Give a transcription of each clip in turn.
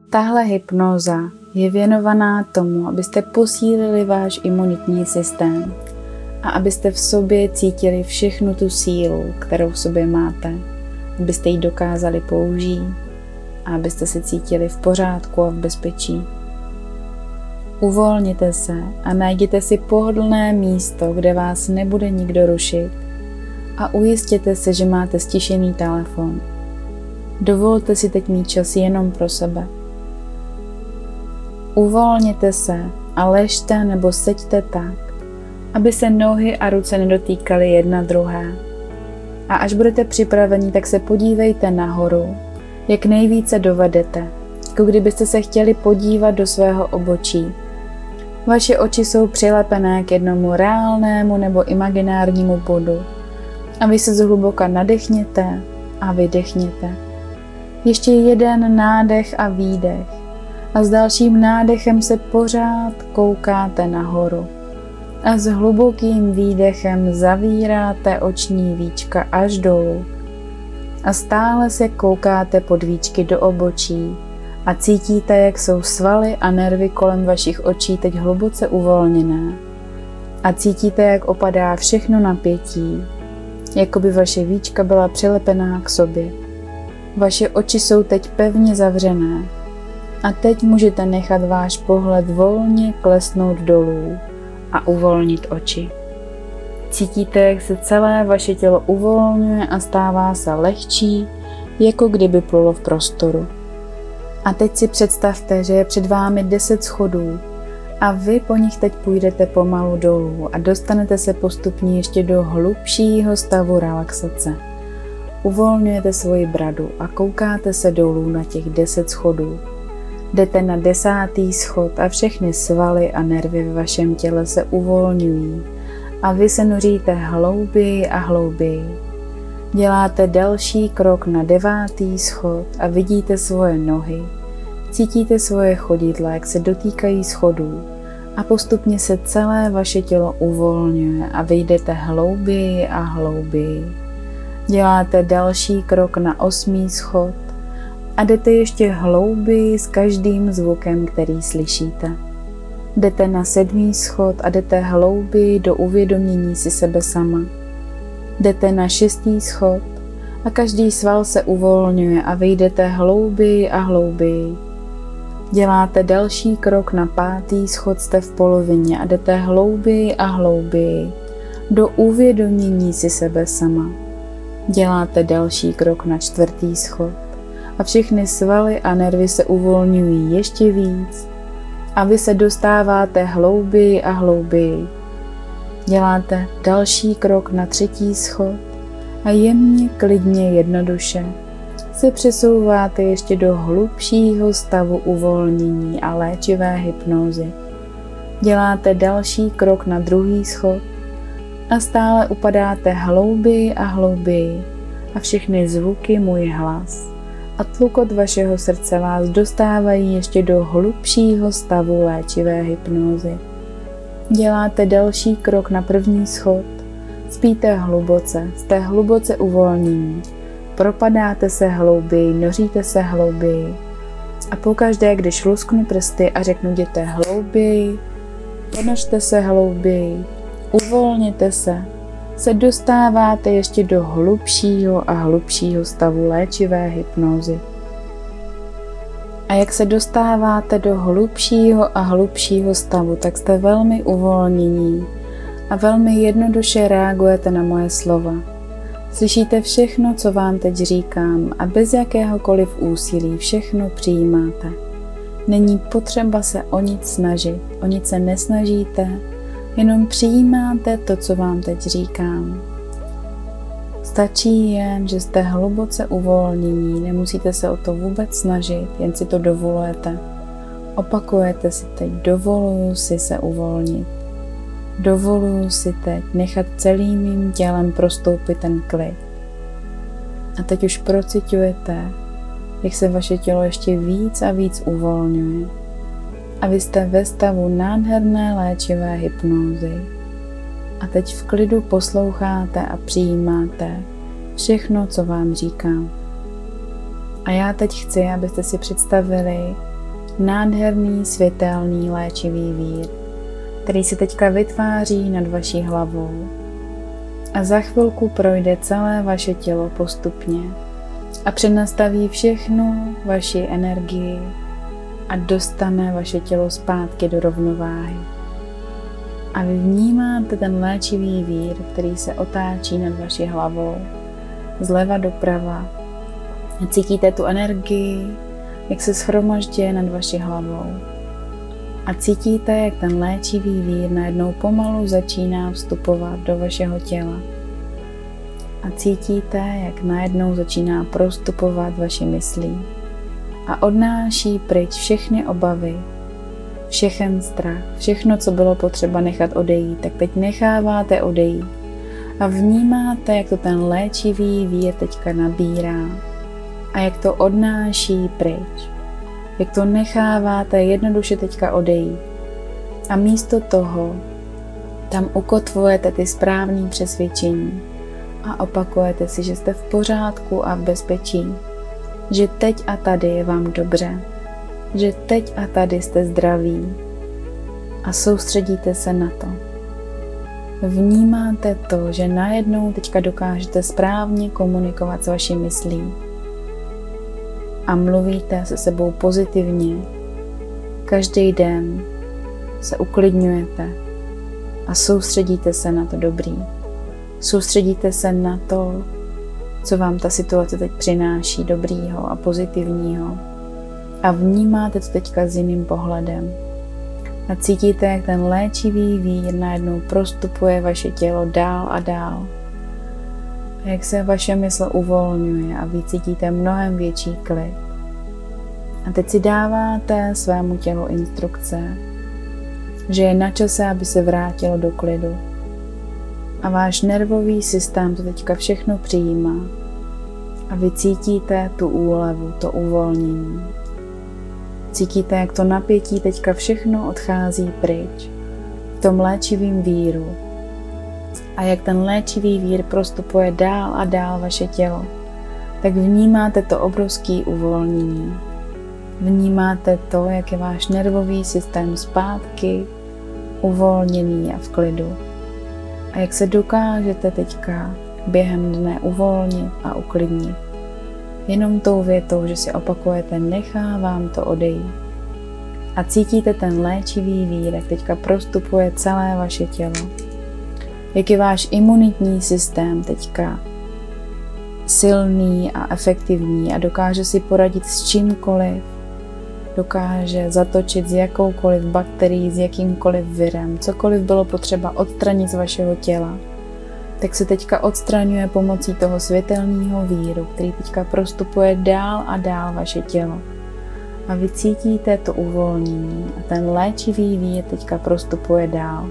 Tahle hypnóza je věnovaná tomu, abyste posílili váš imunitní systém a abyste v sobě cítili všechnu tu sílu, kterou v sobě máte, abyste ji dokázali použít a abyste se cítili v pořádku a v bezpečí. Uvolněte se a najděte si pohodlné místo, kde vás nebude nikdo rušit a ujistěte se, že máte stišený telefon. Dovolte si teď mít čas jenom pro sebe. Uvolněte se a ležte nebo seďte tak, aby se nohy a ruce nedotýkaly jedna druhé. A až budete připraveni, tak se podívejte nahoru, jak nejvíce dovedete, jako kdybyste se chtěli podívat do svého obočí. Vaše oči jsou přilepené k jednomu reálnému nebo imaginárnímu bodu a vy se zhluboka nadechněte a vydechněte. Ještě jeden nádech a výdech a s dalším nádechem se pořád koukáte nahoru a s hlubokým výdechem zavíráte oční víčka až dolů a stále se koukáte pod víčky do obočí a cítíte, jak jsou svaly a nervy kolem vašich očí teď hluboce uvolněné a cítíte, jak opadá všechno napětí, jako by vaše víčka byla přilepená k sobě. Vaše oči jsou teď pevně zavřené a teď můžete nechat váš pohled volně klesnout dolů a uvolnit oči. Cítíte, jak se celé vaše tělo uvolňuje a stává se lehčí, jako kdyby plulo v prostoru. A teď si představte, že je před vámi 10 schodů a vy po nich teď půjdete pomalu dolů a dostanete se postupně ještě do hlubšího stavu relaxace. Uvolňujete svoji bradu a koukáte se dolů na těch 10 schodů. Jdete na 10. schod a všechny svaly a nervy ve vašem těle se uvolňují a vy se noříte hlouběji a hlouběji. Děláte další krok na 9. schod a vidíte svoje nohy. Cítíte svoje chodidla, jak se dotýkají schodů a postupně se celé vaše tělo uvolňuje a vy jdete hlouběji a hlouběji. Děláte další krok na 8. schod a jdete ještě hlouběji s každým zvukem, který slyšíte. Jdete na 7. schod a jdete hlouběji do uvědomění si sebe sama. Jdete na 6. schod a každý sval se uvolňuje a vy jdete hlouběji a hlouběji. Děláte další krok na 5. schod, jste v polovině a jdete hlouběji a hlouběji do uvědomění si sebe sama. Děláte další krok na 4. schod a všechny svaly a nervy se uvolňují ještě víc a vy se dostáváte hlouběji a hlouběji. Děláte další krok na 3. schod a jemně, klidně, jednoduše se přesouváte ještě do hlubšího stavu uvolnění a léčivé hypnózy. Děláte další krok na 2. schod a stále upadáte hlouběji a hlouběji a všechny zvuky, můj hlas a tlukot vašeho srdce vás dostávají ještě do hlubšího stavu léčivé hypnózy. Děláte další krok na 1. schod, spíte hluboce, jste hluboce uvolnění, propadáte se hlouběji, noříte se hlouběji a pokaždé, když lusknu prsty a řeknu jděte hlouběji, ponořte se hlouběji, uvolněte se dostáváte ještě do hlubšího a hlubšího stavu léčivé hypnózy. A jak se dostáváte do hlubšího a hlubšího stavu, tak jste velmi uvolnění a velmi jednoduše reagujete na moje slova. Slyšíte všechno, co vám teď říkám a bez jakéhokoliv úsilí všechno přijímáte. Není potřeba se o nic snažit, o nic se nesnažíte, jenom přijímáte to, co vám teď říkám. Stačí jen, že jste hluboce uvolnění, nemusíte se o to vůbec snažit, jen si to dovolujete. Opakujete si teď, dovoluju si se uvolnit. Dovoluju si teď nechat celým mým tělem prostoupit ten klid. A teď už prociťujete, jak se vaše tělo ještě víc a víc uvolňuje. A vy jste ve stavu nádherné léčivé hypnózy. A teď v klidu posloucháte a přijímáte všechno, co vám říkám. A já teď chci, abyste si představili, nádherný, světelný, léčivý vír, který se teďka vytváří nad vaší hlavou. A za chvilku projde celé vaše tělo postupně a přenastaví všechnu vaši energii a dostane vaše tělo zpátky do rovnováhy. A vy vnímáte ten léčivý vír, který se otáčí nad vaší hlavou, zleva doprava. A cítíte tu energii, jak se shromažďuje nad vaší hlavou. A cítíte, jak ten léčivý vír najednou pomalu začíná vstupovat do vašeho těla. A cítíte, jak najednou začíná prostupovat vaši myslí a odnáší pryč všechny obavy, všechen strach, všechno, co bylo potřeba nechat odejít, tak teď necháváte odejít a vnímáte, jak to ten léčivý vír teďka nabírá a jak to odnáší pryč, jak to necháváte jednoduše teďka odejít a místo toho tam ukotvujete ty správné přesvědčení a opakujete si, že jste v pořádku a v bezpečí, že teď a tady je vám dobře, že teď a tady jste zdraví a soustředíte se na to. Vnímáte to, že najednou teďka dokážete správně komunikovat s vaší myslí a mluvíte se sebou pozitivně. Každý den se uklidňujete a soustředíte se na to dobrý. Soustředíte se na to, co vám ta situace teď přináší dobrýho a pozitivního. A vnímáte to teďka s jiným pohledem. A cítíte, jak ten léčivý vír najednou prostupuje vaše tělo dál a dál. A jak se vaše mysl uvolňuje a vy cítíte mnohem větší klid. A teď si dáváte svému tělu instrukce, že je na čase, aby se vrátilo do klidu. A váš nervový systém to teďka všechno přijímá. A vy cítíte tu úlevu, to uvolnění. Cítíte, jak to napětí teďka všechno odchází pryč v tom léčivým víru. A jak ten léčivý vír prostupuje dál a dál vaše tělo, tak vnímáte to obrovské uvolnění. Vnímáte to, jak je váš nervový systém zpátky uvolněný a v klidu. A jak se dokážete teďka během dne uvolnit a uklidnit. Jenom tou větou, že si opakujete, nechávám to odejít. A cítíte ten léčivý vír, jak teďka prostupuje celé vaše tělo. Jak je váš imunitní systém teďka silný a efektivní a dokáže si poradit s čímkoliv. Dokáže zatočit s jakoukoliv bakterií, s jakýmkoliv virem, cokoliv bylo potřeba odstranit z vašeho těla, tak se teďka odstraňuje pomocí toho světelného víru, který teďka prostupuje dál a dál vaše tělo. A vy cítíte to uvolnění a ten léčivý vír teďka prostupuje dál.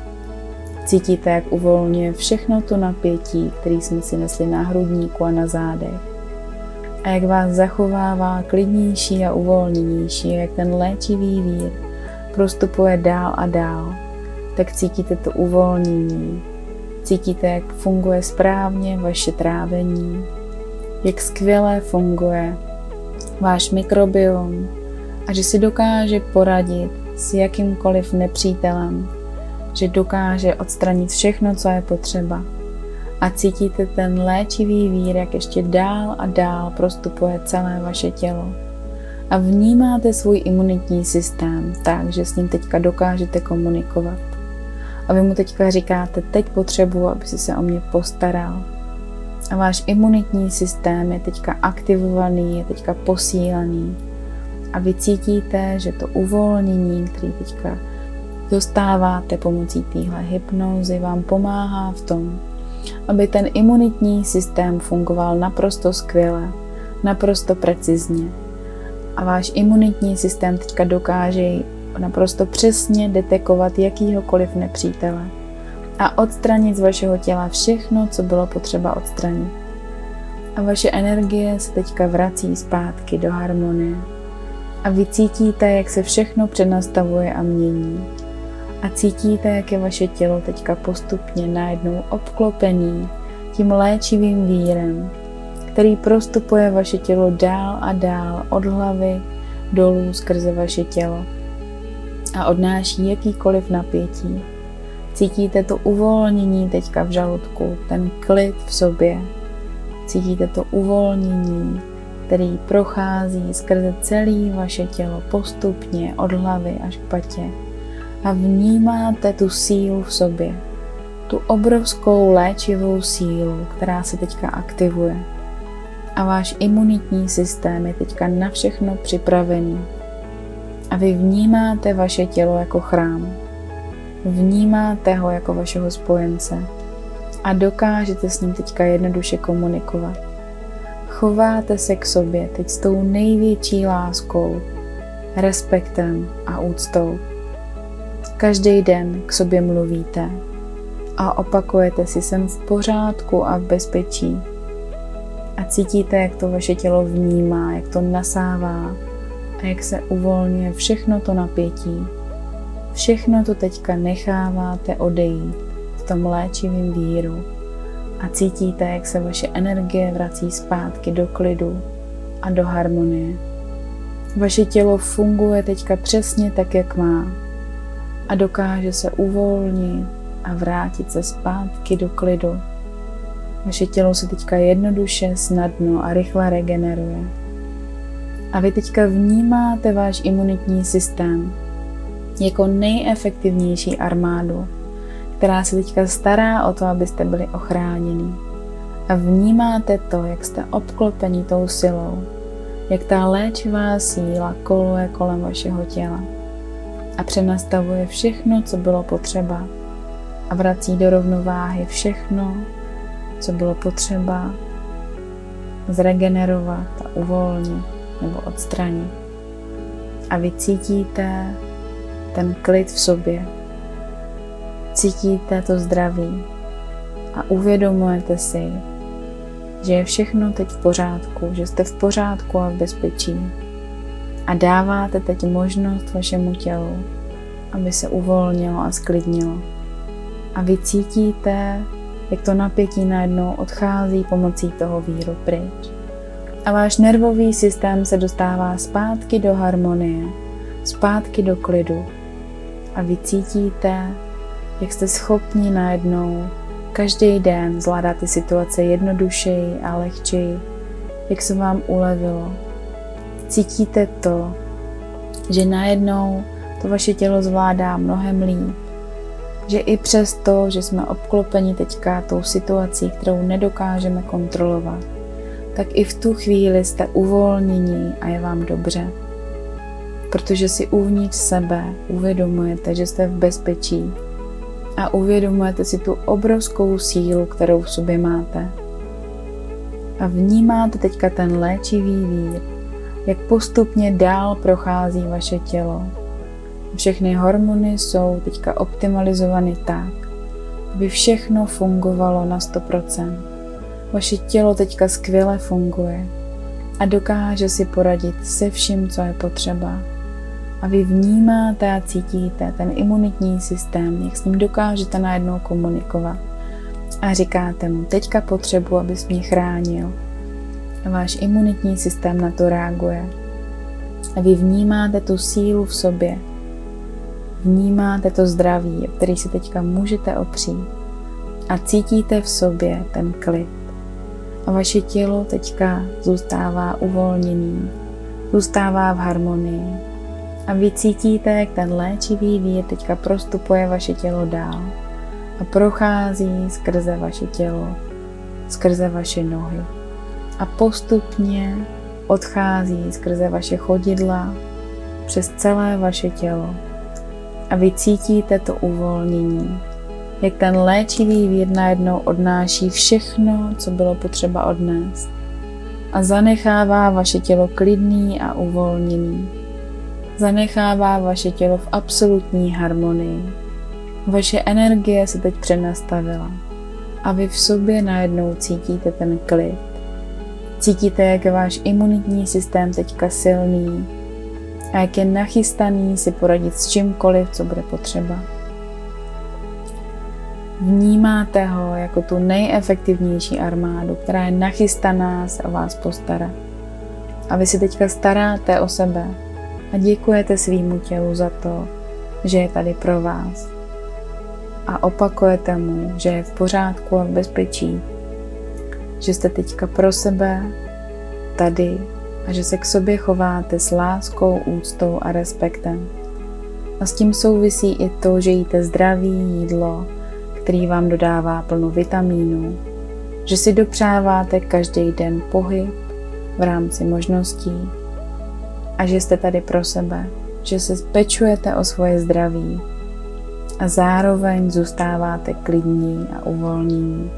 Cítíte, jak uvolňuje všechno to napětí, který jsme si nesli na hrudníku a na zádech. A jak vás zachovává klidnější a uvolněnější, jak ten léčivý vír prostupuje dál a dál, tak cítíte to uvolnění. Cítíte, jak funguje správně vaše trávení, jak skvěle funguje váš mikrobiom a že si dokáže poradit s jakýmkoliv nepřítelem, že dokáže odstranit všechno, co je potřeba. A cítíte ten léčivý vír, jak ještě dál a dál prostupuje celé vaše tělo. A vnímáte svůj imunitní systém tak, že s ním teďka dokážete komunikovat. A vy mu teďka říkáte, teď potřebuji, aby si se o mě postaral. A váš imunitní systém je teďka aktivovaný, je teďka posílený. A vy cítíte, že to uvolnění, který teďka dostáváte pomocí téhle hypnózy, vám pomáhá v tom, aby ten imunitní systém fungoval naprosto skvěle, naprosto precizně. A váš imunitní systém teďka dokáže naprosto přesně detekovat jakýhokoliv nepřítele a odstranit z vašeho těla všechno, co bylo potřeba odstranit. A vaše energie se teďka vrací zpátky do harmonie. A vy cítíte, jak se všechno přenastavuje a mění. A cítíte, jak je vaše tělo teďka postupně najednou obklopený tím léčivým vírem, který prostupuje vaše tělo dál a dál od hlavy dolů skrze vaše tělo a odnáší jakýkoliv napětí. Cítíte to uvolnění teďka v žaludku, ten klid v sobě. Cítíte to uvolnění, který prochází skrze celé vaše tělo postupně od hlavy až k patě. A vnímáte tu sílu v sobě, tu obrovskou léčivou sílu, která se teďka aktivuje. A váš imunitní systém je teďka na všechno připravený. A vy vnímáte vaše tělo jako chrám. Vnímáte ho jako vašeho spojence. A dokážete s ním teďka jednoduše komunikovat. Chováte se k sobě teď s tou největší láskou, respektem a úctou. Každý den k sobě mluvíte a opakujete si: jsem v pořádku a v bezpečí. A cítíte, jak to vaše tělo vnímá, jak to nasává a jak se uvolňuje všechno to napětí. Všechno to teďka necháváte odejít v tom léčivém víru a cítíte, jak se vaše energie vrací zpátky do klidu a do harmonie. Vaše tělo funguje teďka přesně tak, jak má a dokáže se uvolnit a vrátit se zpátky do klidu. Vaše tělo se teďka jednoduše, snadno a rychle regeneruje. A vy teďka vnímáte váš imunitní systém jako nejefektivnější armádu, která se teďka stará o to, abyste byli ochráněni. A vnímáte to, jak jste obklopeni tou silou, jak ta léčivá síla koluje kolem vašeho těla a přenastavuje všechno, co bylo potřeba a vrací do rovnováhy všechno, co bylo potřeba zregenerovat a uvolnit nebo odstranit. A vy cítíte ten klid v sobě, cítíte to zdraví a uvědomujete si, že je všechno teď v pořádku, že jste v pořádku a v bezpečí. A dáváte teď možnost vašemu tělu, aby se uvolnilo a sklidnilo. A vy cítíte, jak to napětí najednou odchází pomocí toho víru pryč. A váš nervový systém se dostává zpátky do harmonie, zpátky do klidu. A vy cítíte, jak jste schopni najednou každý den zvládat ty situace jednodušeji a lehčeji, jak se vám ulevilo. Cítíte to, že najednou to vaše tělo zvládá mnohem líp, že i přesto, že jsme obklopeni teďka tou situací, kterou nedokážeme kontrolovat, tak i v tu chvíli jste uvolnění a je vám dobře. Protože si uvnitř sebe uvědomujete, že jste v bezpečí a uvědomujete si tu obrovskou sílu, kterou v sobě máte. A vnímáte teďka ten léčivý vír, jak postupně dál prochází vaše tělo. Všechny hormony jsou teďka optimalizovány tak, aby všechno fungovalo na 100%. Vaše tělo teďka skvěle funguje a dokáže si poradit se vším, co je potřeba. A vy vnímáte a cítíte ten imunitní systém, jak s ním dokážete najednou komunikovat. A říkáte mu: teďka potřebuji, abys mě chránil. A váš imunitní systém na to reaguje. A vy vnímáte tu sílu v sobě. Vnímáte to zdraví, o který si teďka můžete opřít. A cítíte v sobě ten klid. A vaše tělo teďka zůstává uvolněný, zůstává v harmonii. A vy cítíte, jak ten léčivý vír teďka prostupuje vaše tělo dál a prochází skrze vaše tělo, skrze vaše nohy. A postupně odchází skrze vaše chodidla, přes celé vaše tělo. A vy cítíte to uvolnění, jak ten léčivý vír najednou odnáší všechno, co bylo potřeba odnést. A zanechává vaše tělo klidný a uvolněný. Zanechává vaše tělo v absolutní harmonii. Vaše energie se teď přenastavila a vy v sobě najednou cítíte ten klid. Cítíte, jak je váš imunitní systém teďka silný a jak je nachystaný si poradit s čímkoliv, co bude potřeba. Vnímáte ho jako tu nejefektivnější armádu, která je nachystaná se o vás postarat. A vy si teďka staráte o sebe a děkujete svýmu tělu za to, že je tady pro vás. A opakujete mu, že je v pořádku a v bezpečí, že jste teďka pro sebe tady a že se k sobě chováte s láskou, úctou a respektem. A s tím souvisí i to, že jíte zdravý jídlo, který vám dodává plno vitamínů, že si dopřáváte každý den pohyb v rámci možností a že jste tady pro sebe, že se pečujete o svoje zdraví a zároveň zůstáváte klidní a uvolnění.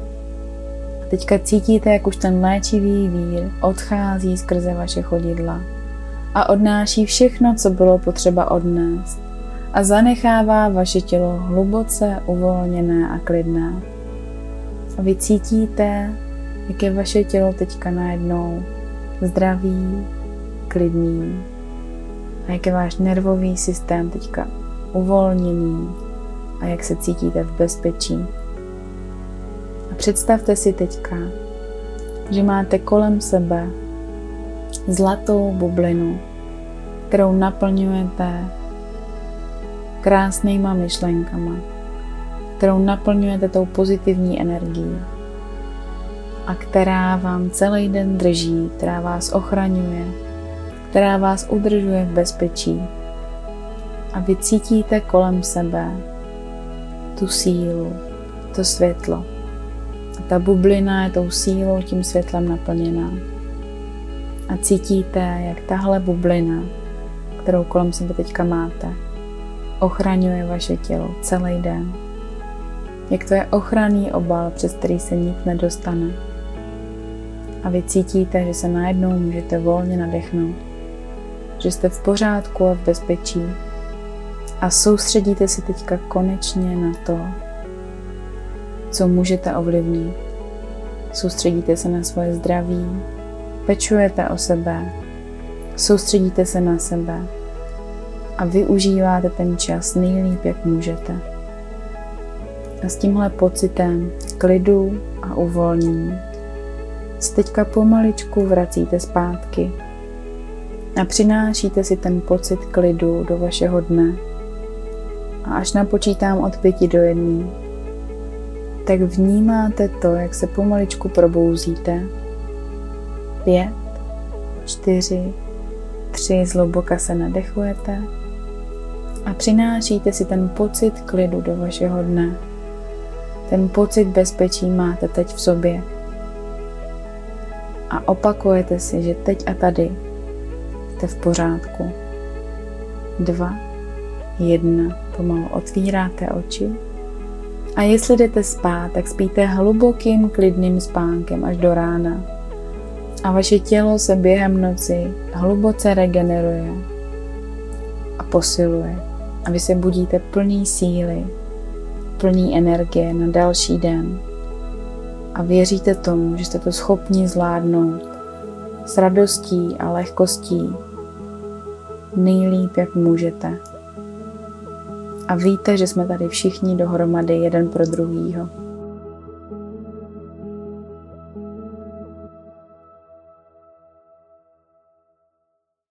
A teďka cítíte, jak už ten léčivý vír odchází skrze vaše chodidla a odnáší všechno, co bylo potřeba odnést a zanechává vaše tělo hluboce uvolněné a klidné. A vy cítíte, jak je vaše tělo teďka najednou zdravý, klidný a jak je váš nervový systém teďka uvolněný a jak se cítíte v bezpečí. A představte si teďka, že máte kolem sebe zlatou bublinu, kterou naplňujete krásnýma myšlenkama, kterou naplňujete tou pozitivní energií a která vám celý den drží, která vás ochraňuje, která vás udržuje v bezpečí. A vy cítíte kolem sebe tu sílu, to světlo. A ta bublina je tou sílou, tím světlem naplněná. A cítíte, jak tahle bublina, kterou kolem sebe teďka máte, ochraňuje vaše tělo celý den. Jak to je ochranný obal, přes který se nic nedostane. A vy cítíte, že se najednou můžete volně nadechnout, že jste v pořádku a v bezpečí a soustředíte se teďka konečně na to, co můžete ovlivnit. Soustředíte se na svoje zdraví, pečujete o sebe, soustředíte se na sebe a využíváte ten čas nejlíp, jak můžete. A s tímhle pocitem klidu a uvolnění se teďka pomaličku vracíte zpátky a přinášíte si ten pocit klidu do vašeho dne. A až napočítám od 5 do 1, tak vnímáte to, jak se pomaličku probouzíte. 5, 4, 3, zhluboka se nadechujete a přinášíte si ten pocit klidu do vašeho dne. Ten pocit bezpečí máte teď v sobě. A opakujete si, že teď a tady jste v pořádku. 2, 1, pomalu otvíráte oči. A jestli jdete spát, tak spíte hlubokým, klidným spánkem až do rána. A vaše tělo se během noci hluboce regeneruje a posiluje. A vy se budíte plný síly, plný energie na další den. A věříte tomu, že jste to schopni zvládnout s radostí a lehkostí nejlíp, jak můžete. A víte, že jsme tady všichni dohromady jeden pro druhýho.